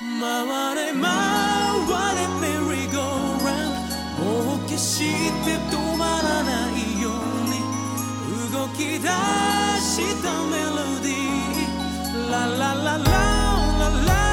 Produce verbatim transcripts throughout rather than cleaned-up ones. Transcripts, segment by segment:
回れ回れメリーゴーラウンドもう決して止まらないように動き出したメロディーララララララ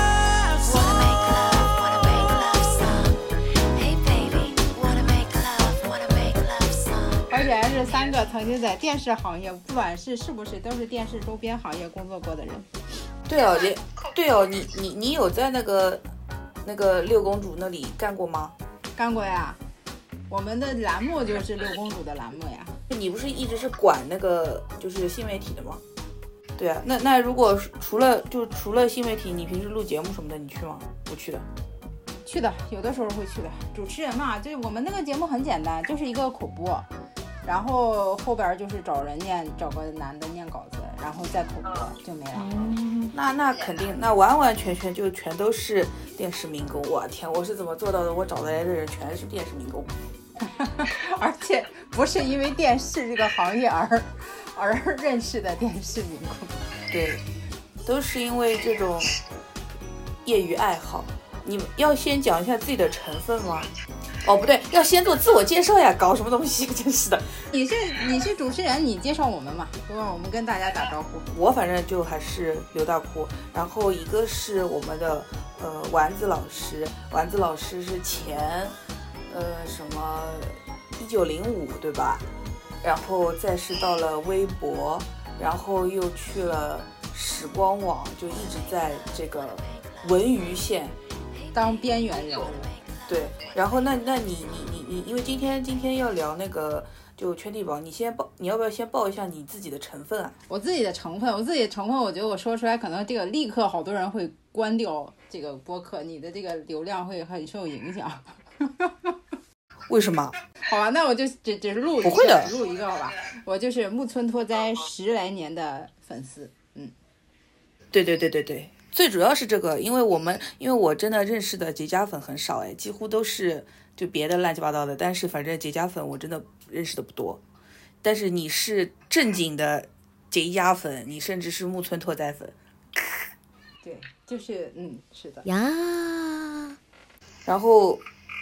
而且还是三个曾经在电视行业，不管是是不是都是电视周边行业工作过的人。 对哦，你对哦，你你你有在那个那个六公主那里干过吗？ 干过呀，我们的栏目就是六公主的栏目呀。 你不是一直是管那个就是新媒体的吗？对啊，那那如果除了就除了新媒体，你平时录节目什么的，你去吗？不去的。 去的，有的时候会去的。主持人嘛，就是我们那个节目很简单，就是一个口播，然后后边就是找人念，找个男的念稿子，然后再口播，就没了。 嗯，那那肯定，那完完全全就全都是电视民工。我天，我是怎么做到的？我找来的人全是电视民工， 而且不是因为电视这个行业而而认识的电视民工。 对，都是因为这种业余爱好。你们要先讲一下自己的成分吗？哦，不对，要先做自我介绍呀！搞什么东西，真是的。 你是你是主持人，你介绍我们嘛，对吧？我们跟大家打招呼。 我反正就还是刘大哭，然后一个是我们的呃丸子老师，丸子老师是前呃什么一九零五对吧？然后再是到了微博，然后又去了时光网，就一直在这个文娱线当边缘人物。 对，然后那那你你你你，因为今天今天要聊那个就圈地宝，你先报，你要不要先报一下你自己的成分啊？ 我自己的成分，我自己的成分，我觉得我说出来，可能这个立刻好多人会关掉这个播客，你的这个流量会很受影响。 为什么？ 好吧，那我就只只录一个， 不会的， 录一个好吧。我就是木村拓哉十来年的粉丝，嗯， 对对对对对。最主要是这个，因为我们因为我真的认识的结痂粉很少哎，几乎都是就别的乱七八糟的，但是反正结痂粉我真的认识的不多。但是你是正经的结痂粉，你甚至是木村拓哉粉。 对，就是嗯，是的呀。然后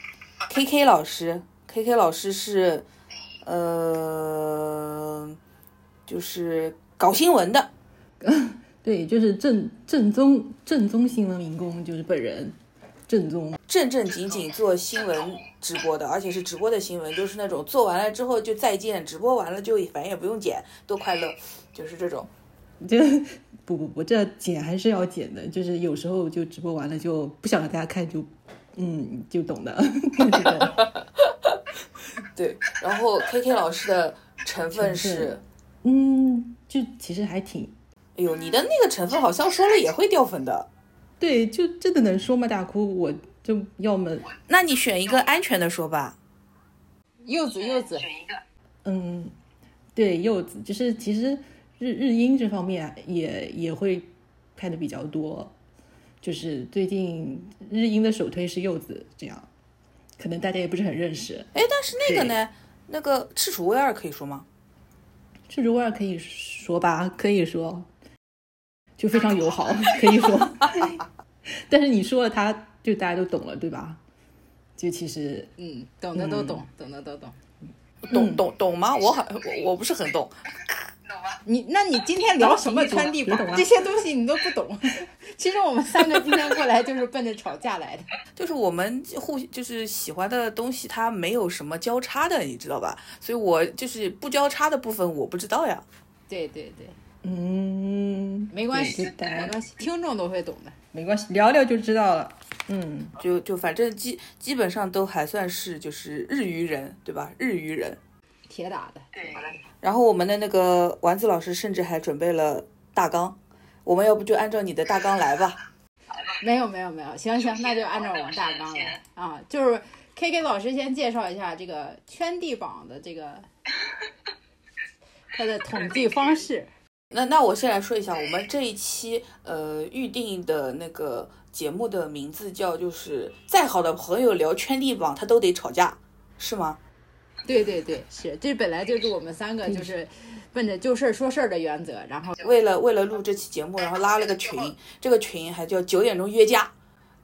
K K 老师 ，K K 老师是呃，就是搞新闻的。 对，就是正正宗正宗新闻民工，就是本人正宗正正经经做新闻直播的，而且是直播的新闻，就是那种做完了之后就再见，直播完了就反正也不用剪，多快乐，就是这种。 这不不不，这剪还是要剪的，就是有时候就直播完了就不想让大家看就，嗯，就懂的。 对，然后 K K 老师的成分是， 嗯，就其实还挺。 哎呦，你的那个成分好像说了也会掉粉的。 对，就真的能说吗？大哭，我就要么， 那你选一个安全的说吧。 柚子，柚子， 选一个。 嗯，对，柚子，就是其实日日英这方面也也会看的比较多，就是最近日英的首推是柚子，这样，可能大家也不是很认识。 哎，但是那个呢，那个赤楚威二可以说吗？ 赤楚威二可以说吧，可以说。就非常友好，可以说，但是你说了他就大家都懂了，对吧？就其实， 嗯，懂的都懂，嗯、懂的都懂， 懂懂懂吗？我好，我我不是很懂， 懂吗？ 你那你今天聊什么圈地宝？这些东西你都不懂。其实我们三个今天过来就是奔着吵架来的， 就是我们互就是喜欢的东西，它没有什么交叉的，你知道吧？所以我就是不交叉的部分我不知道呀。 对对对。 嗯， 没关系，没关系，听众都会懂的， 没关系，聊聊就知道了。嗯， 就就反正基基本上都还算是就是日语人，对吧？日语人， 铁打的。 对。 然后我们的那个丸子老师甚至还准备了大纲，我们要不就按照你的大纲来吧？ 没有没有没有，行行，那就按照我们大纲来啊。就是 K K 老师先介绍一下这个圈地榜的这个它的统计方式。 那那我先来说一下，我们这一期呃预定的那个节目的名字叫就是再好的朋友聊圈地榜他都得吵架，是吗？ 对对对，是，这本来就是我们三个就是奔着就事说事的原则，然后为了为了录这期节目，然后拉了个群，这个群还叫九点钟约架，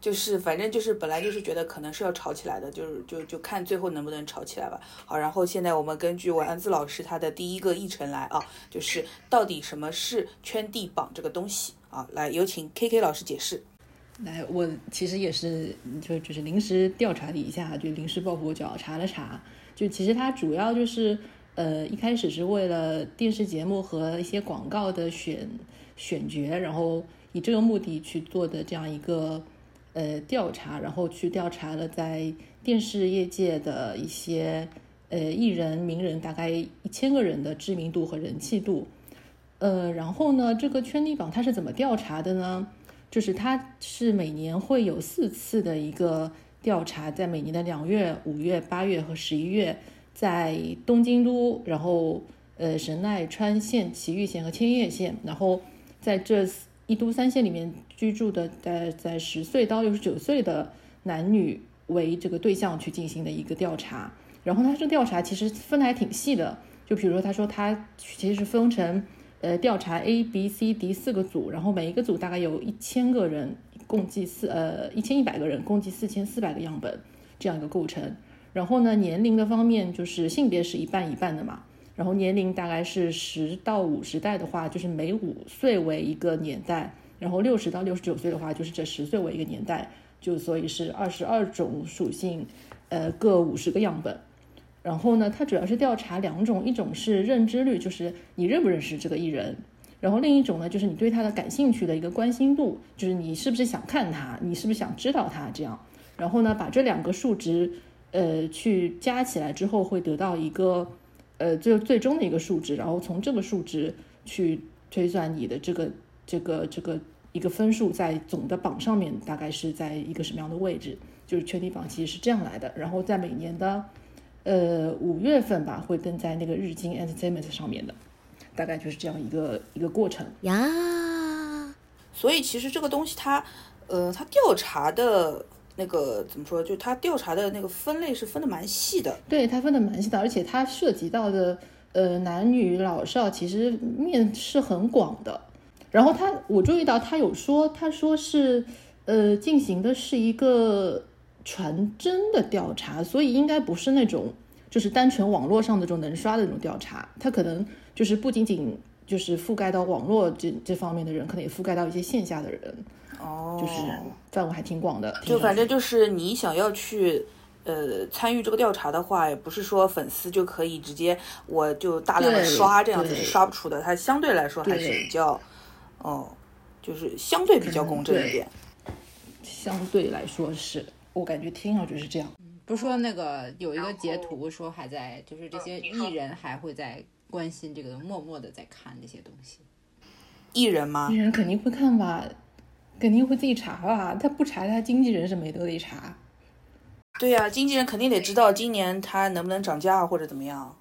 就是反正就是本来就是觉得可能是要吵起来的，就是就就看最后能不能吵起来吧。好，然后现在我们根据丸子老师他的第一个议程来啊，就是到底什么是圈地榜这个东西啊，来有请 K K 老师解释。 来，我其实也是就就是临时调查了一下，就临时抱佛脚查了查，就其实它主要就是呃一开始是为了电视节目和一些广告的选选角，然后以这个目的去做的这样一个呃调查，然后去调查了在电视业界的一些呃艺人名人，大概一千个人的知名度和人气度。呃，然后呢，这个圈地榜它是怎么调查的呢？就是它是每年会有四次的一个调查，在每年的两月、五月、八月和十一月，在东京都，然后呃神奈川县、埼玉县和千叶县，然后在这一都三县里面居住的在在十岁到六十九岁的男女为这个对象去进行的一个调查。然后它这个调查其实分的还挺细的，就比如说他说他其实是分成呃，调查 A、B、C、D 四个组，然后每一个组大概有一千个人，共计四呃一千一百个人，共计四千四百个样本，这样一个构成。然后呢，年龄的方面就是性别是一半一半的嘛，然后年龄大概是十到五十代的话，就是每五岁为一个年代，然后六十到六十九岁的话，就是这十岁为一个年代，就所以是二十二种属性，呃，各五十个样本。然后呢，它主要是调查两种，一种是认知率，就是你认不认识这个艺人，然后另一种呢，就是你对他的感兴趣的一个关心度，就是你是不是想看他，你是不是想知道他这样。然后呢，把这两个数值呃去加起来之后，会得到一个呃最最终的一个数值，然后从这个数值去推算你的这个这个这个一个分数在总的榜上面大概是在一个什么样的位置，就是圈地榜其实是这样来的。然后在每年的呃，五月份吧，会登在那个日经 Entertainment 上面的，大概就是这样一个一个过程呀。所以其实这个东西它，呃，它调查的那个怎么说，就它调查的那个分类是分的蛮细的。 对，它分的蛮细的，而且它涉及到的呃男女老少其实面是很广的。然后他，我注意到他有说，他说是呃进行的是一个传真的调查，所以应该不是那种就是单纯网络上的这种能刷的那种调查，它可能就是不仅仅就是覆盖到网络这这方面的人，可能也覆盖到一些线下的人， 哦， 就是范围还挺广的。 就反正就是你想要去呃参与这个调查的话，也不是说粉丝就可以直接我就大量的刷这样子是刷不出的，它相对来说还是比较哦，就是相对比较公正一点， 相对来说是。我感觉听上去是这样， 不是说那个有一个截图说还在，就是这些艺人还会在关心这个，默默的在看这些东西。 艺人吗？ 艺人肯定会看吧，肯定会自己查吧，他不查他经纪人是没得得查。 对呀、啊，经纪人肯定得知道今年他能不能涨价或者怎么样。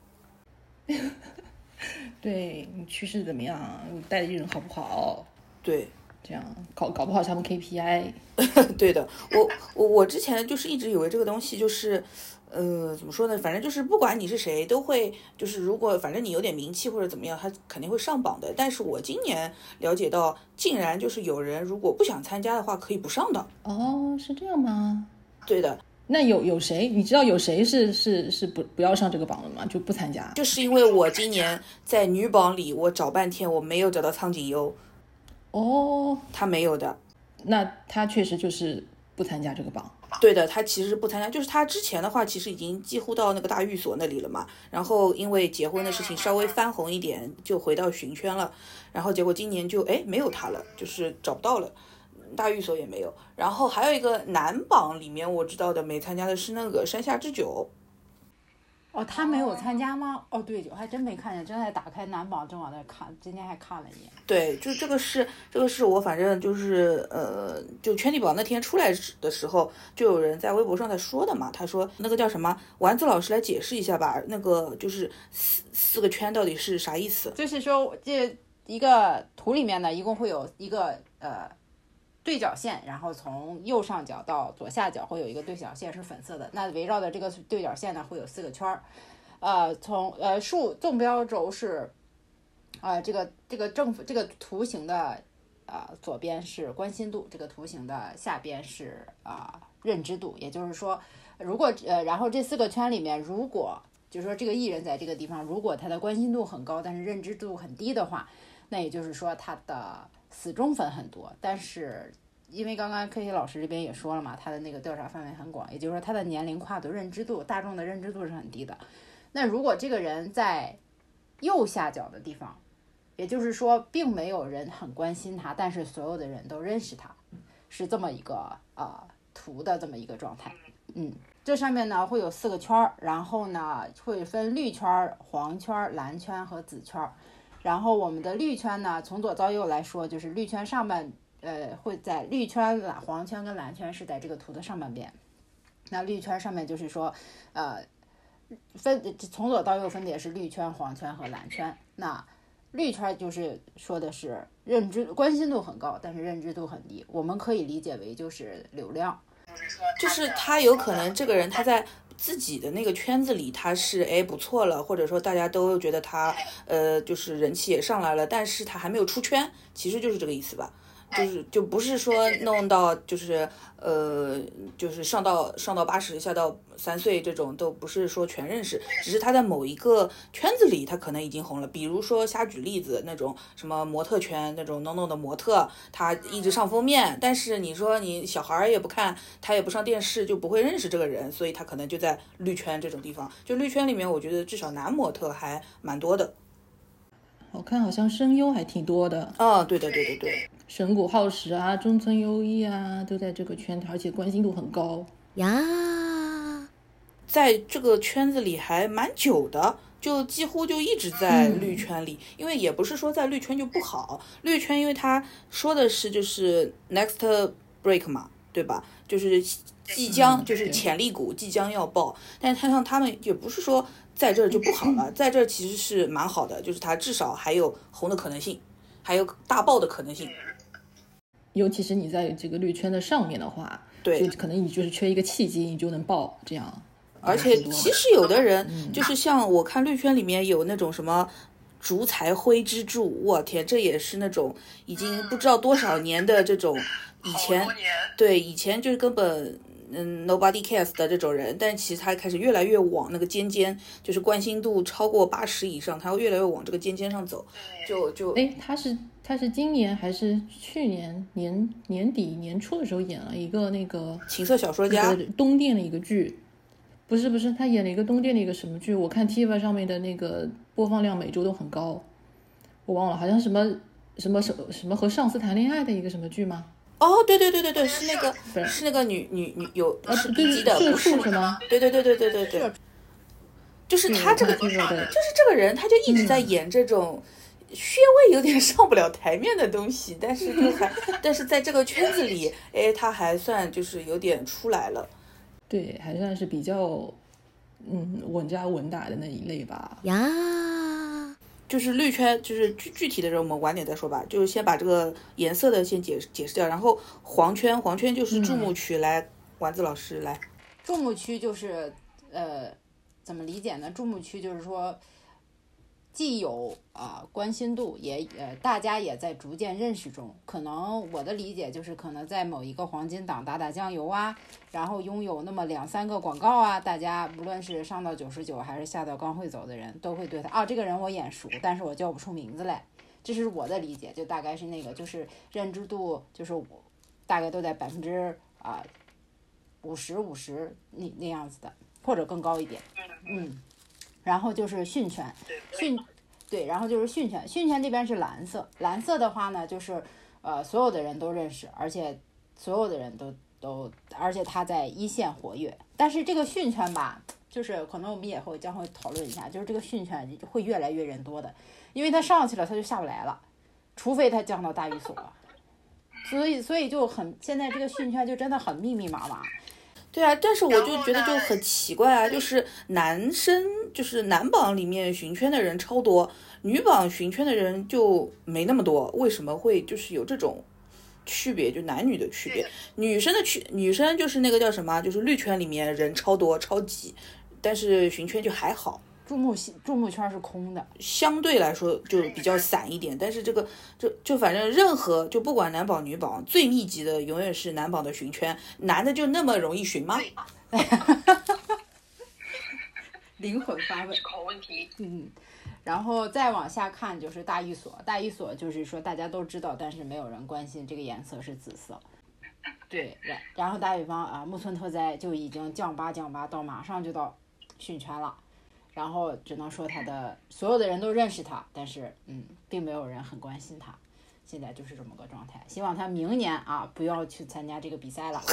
对，你趋势怎么样，你带的艺人好不好？ 对。 这样搞搞不好他们 K P I 对的，我我我之前就是一直以为这个东西就是，呃，怎么说呢？反正就是不管你是谁，都会就是如果反正你有点名气或者怎么样，他肯定会上榜的。但是我今年了解到，竟然就是有人如果不想参加的话，可以不上的。 哦，是这样吗？ 对的。 那有有谁？你知道有谁是是是不不要上这个榜了吗？就不参加？ 就是因为我今年在女榜里，我找半天我没有找到苍井优。 哦， 他没有的， 那他确实就是不参加这个榜。 对的，他其实是不参加，就是他之前的话其实已经几乎到那个大寓所那里了嘛，然后因为结婚的事情稍微翻红一点，就回到寻圈了，然后结果今年就哎没有他了，就是找不到了，大寓所也没有。然后还有一个男榜里面我知道的没参加的是那个山下智久。 哦，他没有参加吗？哦，对，我还真没看见，正在打开男榜，正往那看，今天还看了一眼。 对，就这个是这个是我反正就是呃，就圈地榜那天出来的时候，就有人在微博上在说的嘛。他说那个叫什么，丸子老师来解释一下吧，那个就是四四个圈到底是啥意思？ 就是说这一个图里面呢，一共会有一个呃。对角线，然后从右上角到左下角会有一个对角线是粉色的，那围绕的这个对角线呢会有四个圈儿，呃，从呃竖纵标轴是，呃这个这个正这个图形的呃呃左边是关心度，这个图形的下边是啊、呃、认知度，也就是说，如果呃然后这四个圈里面，如果就是说这个艺人在这个地方，如果他的关心度很高，但是认知度很低的话，那也就是说他的死忠粉很多，但是。因为刚刚 K K 老师这边也说了嘛，他的那个调查范围很广，也就是说他的年龄跨度、认知度、大众的认知度是很低的。那如果这个人在右下角的地方，也就是说并没有人很关心他，但是所有的人都认识他，是这么一个呃图的这么一个状态。嗯，这上面呢会有四个圈，然后呢会分绿圈、黄圈、蓝圈和紫圈。然后我们的绿圈呢，从左到右来说，就是绿圈上半。呃，会在绿圈、蓝黄圈跟蓝圈是在这个图的上半边。那绿圈上面就是说，呃，分从左到右分别是绿圈、黄圈和蓝圈。那绿圈就是说的是认知关心度很高，但是认知度很低。我们可以理解为就是流量， 就是他有可能这个人他在自己的那个圈子里他是哎不错了，或者说大家都觉得他呃就是人气也上来了，但是他还没有出圈，其实就是这个意思吧。就是就不是说弄到就是呃就是上到上到八十下到三岁这种都不是说全认识，只是他在某一个圈子里他可能已经红了。比如说瞎举例子，那种什么模特圈那种 no no 的模特，他一直上封面，但是你说你小孩也不看，他也不上电视，就不会认识这个人，所以他可能就在绿圈这种地方。就绿圈里面我觉得至少男模特还蛮多的。 我看好像声优还挺多的。 哦，对对对对对， 神谷浩史啊、中村优一啊，都在这个圈，而且关心度很高呀，在这个圈子里还蛮久的，就几乎就一直在绿圈里、嗯、因为也不是说在绿圈就不好，绿圈因为他说的是就是 next break 嘛，对吧，就是即将、嗯、就是潜力股即将要爆，但是他像他们也不是说在这儿就不好了，在这儿其实是蛮好的，就是它至少还有红的可能性，还有大爆的可能性。 尤其是你在这个绿圈的上面的话， 对， 就可能你就是缺一个契机，你就能爆这样。 而且其实有的人、嗯、就是像我看绿圈里面有那种什么竹财灰之助，我天，这也是那种已经不知道多少年的这种以前，对，以前就是根本。嗯 ，nobody cares 的这种人，但是其实他开始越来越往那个尖尖，就是关心度超过八十以上，他会越来越往这个尖尖上走。就就哎，他是他是今年还是去年年年底年初的时候演了一个那个情色小说家、 那个、东电的一个剧，不是不是，他演了一个东电的一个什么剧？我看 T V B 上面的那个播放量每周都很高，我忘了，好像什么什么什么什么和上司谈恋爱的一个什么剧吗？ 哦，对对对对对，是那个是, 是那个女女女有是一级的，不是吗？ 对对对对对对对，就是他这个，就是这个人，他就一直在演这种稍微有点上不了台面的东西，但是就还但是在这个圈子里，哎，他还算就是有点出来了， 对，还算是比较嗯稳扎稳打的那一类吧。 呀。就是绿圈，就是具具体的人我们晚点再说吧，就是先把这个颜色的先解释解释掉，然后黄圈，黄圈就是注目区，嗯、来，丸子老师来。 注目区就是呃，怎么理解呢？注目区就是说，既有啊、呃、关心度，也呃大家也在逐渐认识中。可能我的理解就是，可能在某一个黄金档打打酱油啊，然后拥有那么两三个广告啊，大家无论是上到九十九还是下到刚会走的人，都会对他啊，这个人我眼熟，但是我叫不出名字来。这是我的理解，就大概是那个，就是认知度，就是我大概都在百分之啊五十五十那那样子的，或者更高一点，嗯。然后就是训圈，训，对，然后就是训圈，训圈这边是蓝色，蓝色的话呢，就是呃所有的人都认识，而且所有的人都都，而且他在一线活跃。但是这个训圈吧，就是可能我们以后将会讨论一下，就是这个训圈会越来越人多的，因为他上去了他就下不来了，除非他降到大寓所了，所以所以就很现在这个训圈就真的很密密麻麻。 对啊，但是我就觉得就很奇怪啊，就是男生就是男榜里面寻圈的人超多，女榜寻圈的人就没那么多，为什么会就是有这种区别，就男女的区别？女生的区女生就是那个叫什么，就是绿圈里面人超多超挤，但是寻圈就还好。 注目注目圈是空的， 相对来说就比较散一点。但是这个就就反正任何就不管男榜女榜，最密集的永远是男榜的寻圈，男的就那么容易寻吗？ 灵魂发问， 考问题。 嗯。然后再往下看就是大寓所，大寓所就是说大家都知道，但是没有人关心这个颜色是紫色。对，然然后大北方啊，木村拓哉就已经降八降八到马上就到训圈了，然后只能说他的所有的人都认识他，但是嗯，并没有人很关心他，现在就是这么个状态。希望他明年啊不要去参加这个比赛了。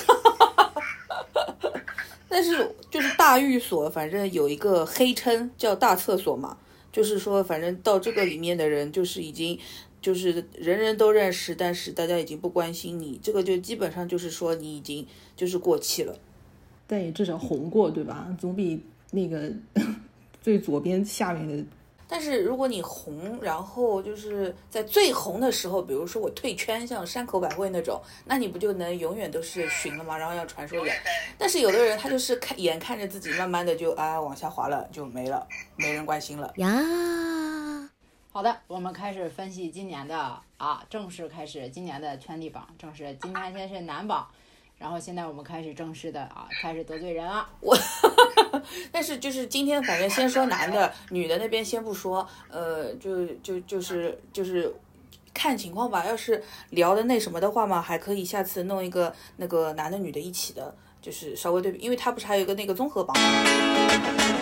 但是就是大寓所，反正有一个黑称叫大厕所嘛。就是说反正到这个里面的人就是已经就是人人都认识，但是大家已经不关心你，这个就基本上就是说你已经就是过气了， 但也至少红过对吧，总比那个最左边下面的。 但是如果你红，然后就是在最红的时候，比如说我退圈，像山口百惠那种，那你不就能永远都是寻了吗？然后要传说眼。但是有的人他就是看眼看着自己慢慢的就啊往下滑了，就没了，没人关心了呀。好的，我们开始分析今年的啊，正式开始今年的圈地榜，正式今天先是男榜。然后现在我们开始正式的啊，开始得罪人了。 我，但是就是今天反正先说男的，女的那边先不说，呃，就就就是就是看情况吧。要是聊的那什么的话嘛，还可以下次弄一个那个男的女的一起的，就是稍微对比，因为他不是还有一个那个综合榜。